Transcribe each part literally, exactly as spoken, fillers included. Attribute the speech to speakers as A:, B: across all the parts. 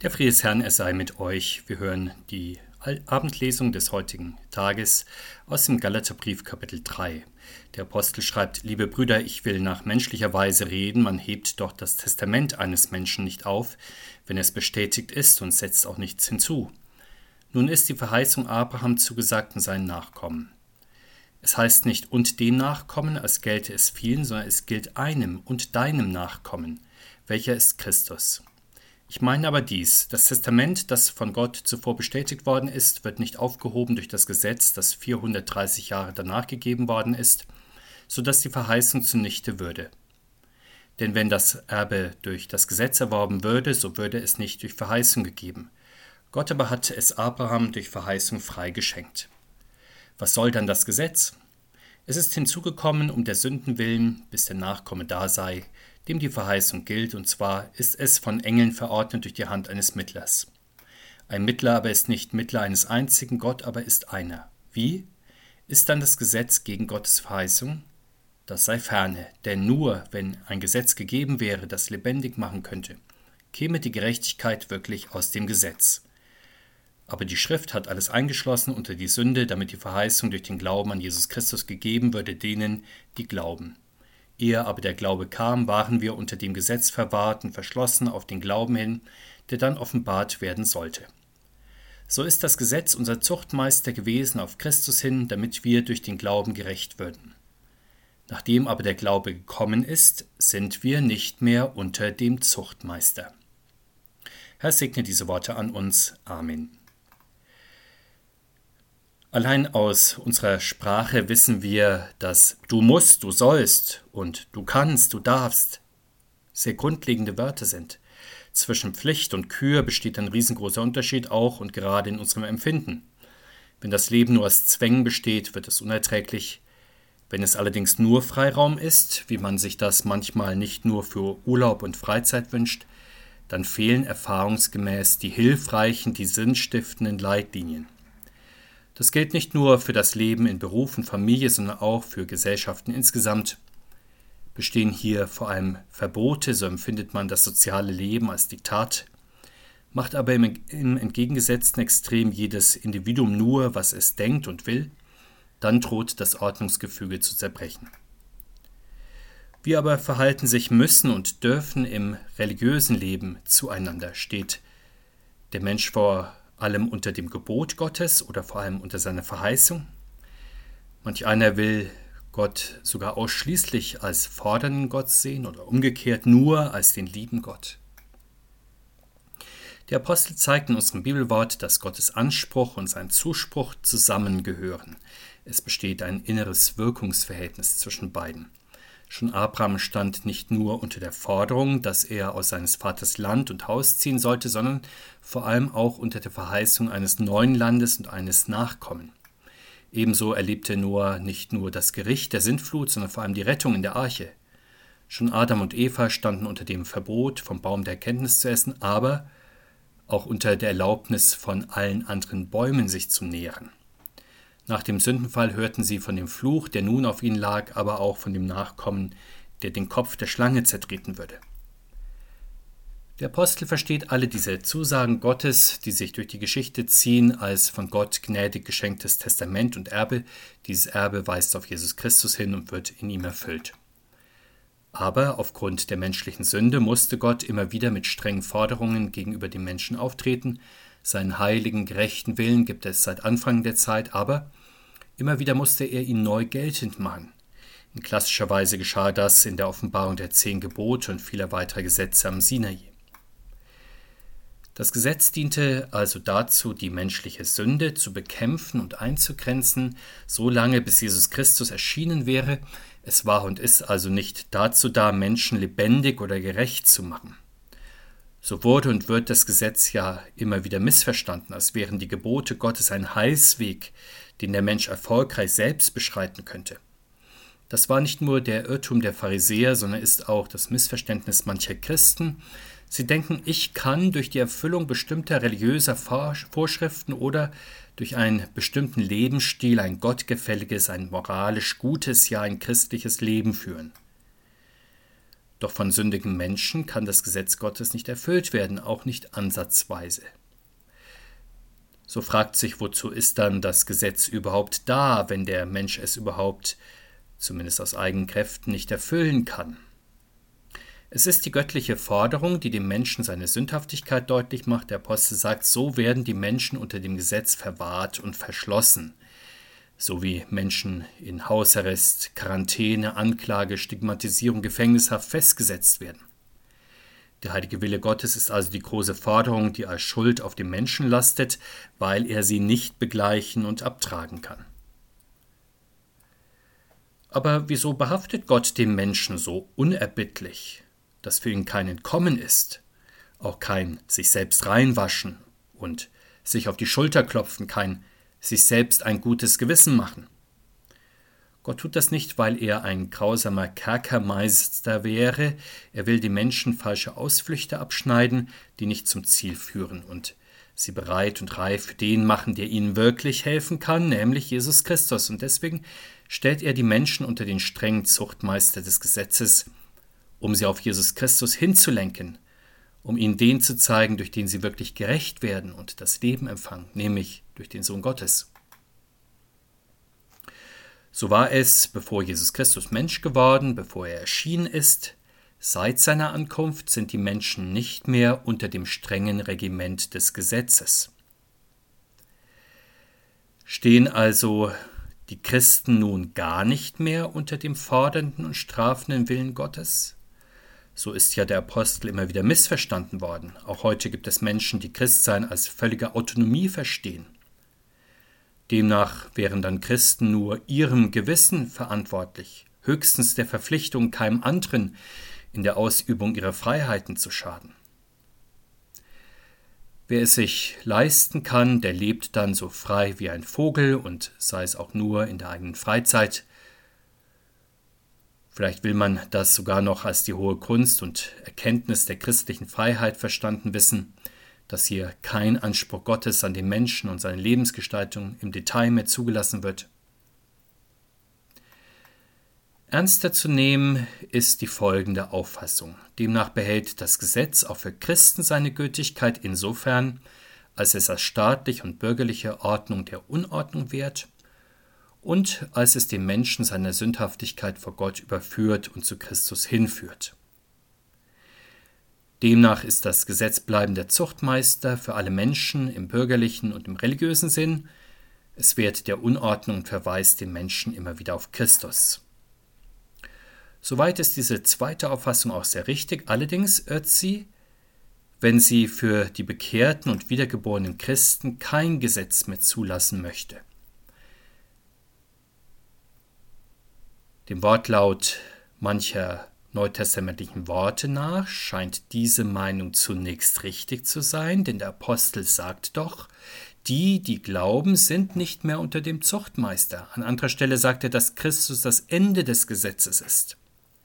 A: Der Friede des Herrn, er sei mit euch. Wir hören die Abendlesung des heutigen Tages aus dem Galaterbrief Kapitel drei. Der Apostel schreibt: Liebe Brüder, ich will nach menschlicher Weise reden, man hebt doch das Testament eines Menschen nicht auf, wenn es bestätigt ist, und setzt auch nichts hinzu. Nun ist die Verheißung Abraham zugesagt und seinen Nachkommen. Es heißt nicht und den Nachkommen, als gelte es vielen, sondern es gilt einem und deinem Nachkommen, welcher ist Christus. Ich meine aber dies: Das Testament, das von Gott zuvor bestätigt worden ist, wird nicht aufgehoben durch das Gesetz, das vierhundertdreißig Jahre danach gegeben worden ist, so dass die Verheißung zunichte würde. Denn wenn das Erbe durch das Gesetz erworben würde, so würde es nicht durch Verheißung gegeben. Gott aber hat es Abraham durch Verheißung frei geschenkt. Was soll dann das Gesetz? Es ist hinzugekommen um der Sünden willen, bis der Nachkomme da sei, dem die Verheißung gilt, und zwar ist es von Engeln verordnet durch die Hand eines Mittlers. Ein Mittler aber ist nicht Mittler eines einzigen, Gott aber ist einer. Wie? Ist dann das Gesetz gegen Gottes Verheißung? Das sei ferne, denn nur wenn ein Gesetz gegeben wäre, das lebendig machen könnte, käme die Gerechtigkeit wirklich aus dem Gesetz. Aber die Schrift hat alles eingeschlossen unter die Sünde, damit die Verheißung durch den Glauben an Jesus Christus gegeben würde denen, die glauben. Ehe aber der Glaube kam, waren wir unter dem Gesetz verwahrt und verschlossen auf den Glauben hin, der dann offenbart werden sollte. So ist das Gesetz unser Zuchtmeister gewesen auf Christus hin, damit wir durch den Glauben gerecht würden. Nachdem aber der Glaube gekommen ist, sind wir nicht mehr unter dem Zuchtmeister. Herr, segne diese Worte an uns. Amen. Allein aus unserer Sprache wissen wir, dass du musst, du sollst und du kannst, du darfst sehr grundlegende Wörter sind. Zwischen Pflicht und Kür besteht ein riesengroßer Unterschied auch und gerade in unserem Empfinden. Wenn das Leben nur aus Zwängen besteht, wird es unerträglich. Wenn es allerdings nur Freiraum ist, wie man sich das manchmal nicht nur für Urlaub und Freizeit wünscht, dann fehlen erfahrungsgemäß die hilfreichen, die sinnstiftenden Leitlinien. Das gilt nicht nur für das Leben in Beruf und Familie, sondern auch für Gesellschaften insgesamt. Bestehen hier vor allem Verbote, so empfindet man das soziale Leben als Diktat. Macht aber im, im entgegengesetzten Extrem jedes Individuum nur, was es denkt und will, dann droht das Ordnungsgefüge zu zerbrechen. Wie aber verhalten sich müssen und dürfen im religiösen Leben zueinander? Steht der Mensch vor allem unter dem Gebot Gottes oder vor allem unter seiner Verheißung? Manch einer will Gott sogar ausschließlich als fordernden Gott sehen oder umgekehrt nur als den lieben Gott. Der Apostel zeigt in unserem Bibelwort, dass Gottes Anspruch und sein Zuspruch zusammengehören. Es besteht ein inneres Wirkungsverhältnis zwischen beiden. Schon Abraham stand nicht nur unter der Forderung, dass er aus seines Vaters Land und Haus ziehen sollte, sondern vor allem auch unter der Verheißung eines neuen Landes und eines Nachkommen. Ebenso erlebte Noah nicht nur das Gericht der Sintflut, sondern vor allem die Rettung in der Arche. Schon Adam und Eva standen unter dem Verbot, vom Baum der Erkenntnis zu essen, aber auch unter der Erlaubnis, von allen anderen Bäumen sich zu nähren. Nach dem Sündenfall hörten sie von dem Fluch, der nun auf ihnen lag, aber auch von dem Nachkommen, der den Kopf der Schlange zertreten würde. Der Apostel versteht alle diese Zusagen Gottes, die sich durch die Geschichte ziehen, als von Gott gnädig geschenktes Testament und Erbe. Dieses Erbe weist auf Jesus Christus hin und wird in ihm erfüllt. Aber aufgrund der menschlichen Sünde musste Gott immer wieder mit strengen Forderungen gegenüber den Menschen auftreten. Seinen heiligen, gerechten Willen gibt es seit Anfang der Zeit, aber immer wieder musste er ihn neu geltend machen. In klassischer Weise geschah das in der Offenbarung der zehn Gebote und vieler weiterer Gesetze am Sinai. Das Gesetz diente also dazu, die menschliche Sünde zu bekämpfen und einzugrenzen, so lange bis Jesus Christus erschienen wäre. Es war und ist also nicht dazu da, Menschen lebendig oder gerecht zu machen. So wurde und wird das Gesetz ja immer wieder missverstanden, als wären die Gebote Gottes ein Heilsweg, den der Mensch erfolgreich selbst beschreiten könnte. Das war nicht nur der Irrtum der Pharisäer, sondern ist auch das Missverständnis mancher Christen. Sie denken, ich kann durch die Erfüllung bestimmter religiöser Vorschriften oder durch einen bestimmten Lebensstil ein gottgefälliges, ein moralisch gutes, ja ein christliches Leben führen. Doch von sündigen Menschen kann das Gesetz Gottes nicht erfüllt werden, auch nicht ansatzweise. So fragt sich, wozu ist dann das Gesetz überhaupt da, wenn der Mensch es überhaupt, zumindest aus eigenen Kräften, nicht erfüllen kann? Es ist die göttliche Forderung, die dem Menschen seine Sündhaftigkeit deutlich macht. Der Apostel sagt, so werden die Menschen unter dem Gesetz verwahrt und verschlossen, so wie Menschen in Hausarrest, Quarantäne, Anklage, Stigmatisierung, Gefängnishaft festgesetzt werden. Der heilige Wille Gottes ist also die große Forderung, die als Schuld auf dem Menschen lastet, weil er sie nicht begleichen und abtragen kann. Aber wieso behaftet Gott den Menschen so unerbittlich, dass für ihn kein Entkommen ist, auch kein sich selbst reinwaschen und sich auf die Schulter klopfen, kein sich selbst ein gutes Gewissen machen? Gott tut das nicht, weil er ein grausamer Kerkermeister wäre. Er will den Menschen falsche Ausflüchte abschneiden, die nicht zum Ziel führen und sie bereit und reif für den machen, der ihnen wirklich helfen kann, nämlich Jesus Christus. Und deswegen stellt er die Menschen unter den strengen Zuchtmeister des Gesetzes, um sie auf Jesus Christus hinzulenken, um ihnen den zu zeigen, durch den sie wirklich gerecht werden und das Leben empfangen, nämlich durch den Sohn Gottes. So war es, bevor Jesus Christus Mensch geworden, bevor er erschienen ist. Seit seiner Ankunft sind die Menschen nicht mehr unter dem strengen Regiment des Gesetzes. Stehen also die Christen nun gar nicht mehr unter dem fordernden und strafenden Willen Gottes? So ist ja der Apostel immer wieder missverstanden worden. Auch heute gibt es Menschen, die Christsein als völlige Autonomie verstehen. Demnach wären dann Christen nur ihrem Gewissen verantwortlich, höchstens der Verpflichtung, keinem anderen in der Ausübung ihrer Freiheiten zu schaden. Wer es sich leisten kann, der lebt dann so frei wie ein Vogel und sei es auch nur in der eigenen Freizeit. Vielleicht will man das sogar noch als die hohe Kunst und Erkenntnis der christlichen Freiheit verstanden wissen, dass hier kein Anspruch Gottes an den Menschen und seine Lebensgestaltung im Detail mehr zugelassen wird. Ernster zu nehmen ist die folgende Auffassung. Demnach behält das Gesetz auch für Christen seine Gültigkeit insofern, als es als staatliche und bürgerliche Ordnung der Unordnung wehrt und als es den Menschen seiner Sündhaftigkeit vor Gott überführt und zu Christus hinführt. Demnach ist das Gesetz bleibender Zuchtmeister für alle Menschen im bürgerlichen und im religiösen Sinn. Es wehrt der Unordnung und verweist den Menschen immer wieder auf Christus. Soweit ist diese zweite Auffassung auch sehr richtig. Allerdings irrt sie, wenn sie für die bekehrten und wiedergeborenen Christen kein Gesetz mehr zulassen möchte. Dem Wortlaut mancher neutestamentlichen Worte nach scheint diese Meinung zunächst richtig zu sein, denn der Apostel sagt doch, die, die glauben, sind nicht mehr unter dem Zuchtmeister. An anderer Stelle sagt er, dass Christus das Ende des Gesetzes ist.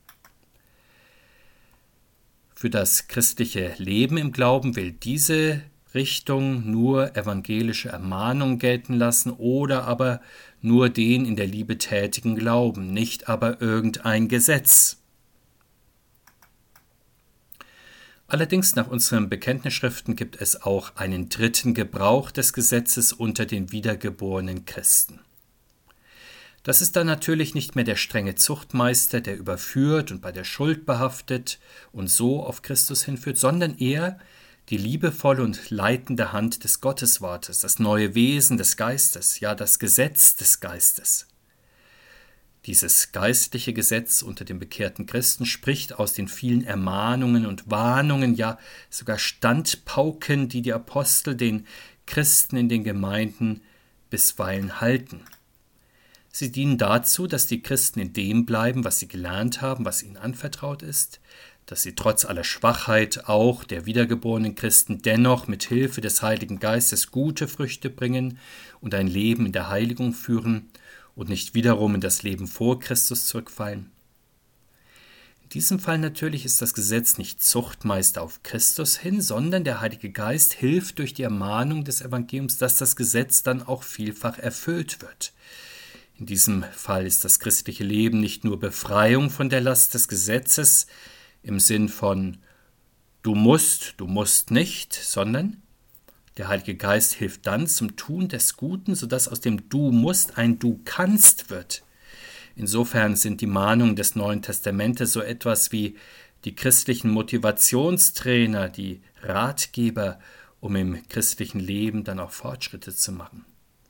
A: Für das christliche Leben im Glauben will diese Richtung nur evangelische Ermahnung gelten lassen oder aber nur den in der Liebe tätigen Glauben, nicht aber irgendein Gesetz. Allerdings nach unseren Bekenntnisschriften gibt es auch einen dritten Gebrauch des Gesetzes unter den wiedergeborenen Christen. Das ist dann natürlich nicht mehr der strenge Zuchtmeister, der überführt und bei der Schuld behaftet und so auf Christus hinführt, sondern eher die liebevolle und leitende Hand des Gotteswortes, das neue Wesen des Geistes, ja das Gesetz des Geistes. Dieses geistliche Gesetz unter den bekehrten Christen spricht aus den vielen Ermahnungen und Warnungen, ja sogar Standpauken, die die Apostel den Christen in den Gemeinden bisweilen halten. Sie dienen dazu, dass die Christen in dem bleiben, was sie gelernt haben, was ihnen anvertraut ist, dass sie trotz aller Schwachheit auch der wiedergeborenen Christen dennoch mit Hilfe des Heiligen Geistes gute Früchte bringen und ein Leben in der Heiligung führen und nicht wiederum in das Leben vor Christus zurückfallen. In diesem Fall natürlich ist das Gesetz nicht Zuchtmeister auf Christus hin, sondern der Heilige Geist hilft durch die Ermahnung des Evangeliums, dass das Gesetz dann auch vielfach erfüllt wird. In diesem Fall ist das christliche Leben nicht nur Befreiung von der Last des Gesetzes im Sinn von du musst, du musst nicht, sondern der Heilige Geist hilft dann zum Tun des Guten, sodass aus dem Du musst ein Du kannst wird. Insofern sind die Mahnungen des Neuen Testamentes so etwas wie die christlichen Motivationstrainer, die Ratgeber, um im christlichen Leben dann auch Fortschritte zu machen.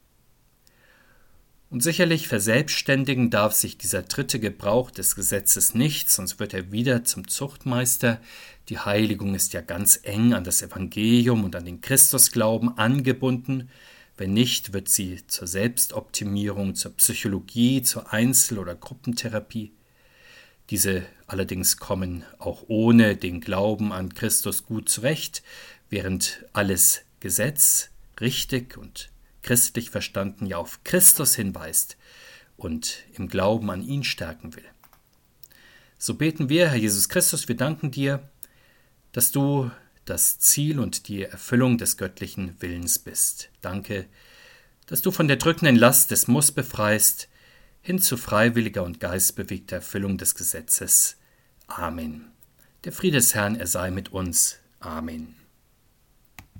A: Und sicherlich verselbstständigen darf sich dieser dritte Gebrauch des Gesetzes nicht, sonst wird er wieder zum Zuchtmeister. Die Heiligung ist ja ganz eng an das Evangelium und an den Christusglauben angebunden. Wenn nicht, wird sie zur Selbstoptimierung, zur Psychologie, zur Einzel- oder Gruppentherapie. Diese allerdings kommen auch ohne den Glauben an Christus gut zurecht, während alles Gesetz richtig und christlich verstanden ja auf Christus hinweist und im Glauben an ihn stärken will. So beten wir, Herr Jesus Christus, wir danken dir, dass du das Ziel und die Erfüllung des göttlichen Willens bist. Danke, dass du von der drückenden Last des Muss befreist, hin zu freiwilliger und geistbewegter Erfüllung des Gesetzes. Amen. Der Friede des Herrn, er sei mit uns. Amen.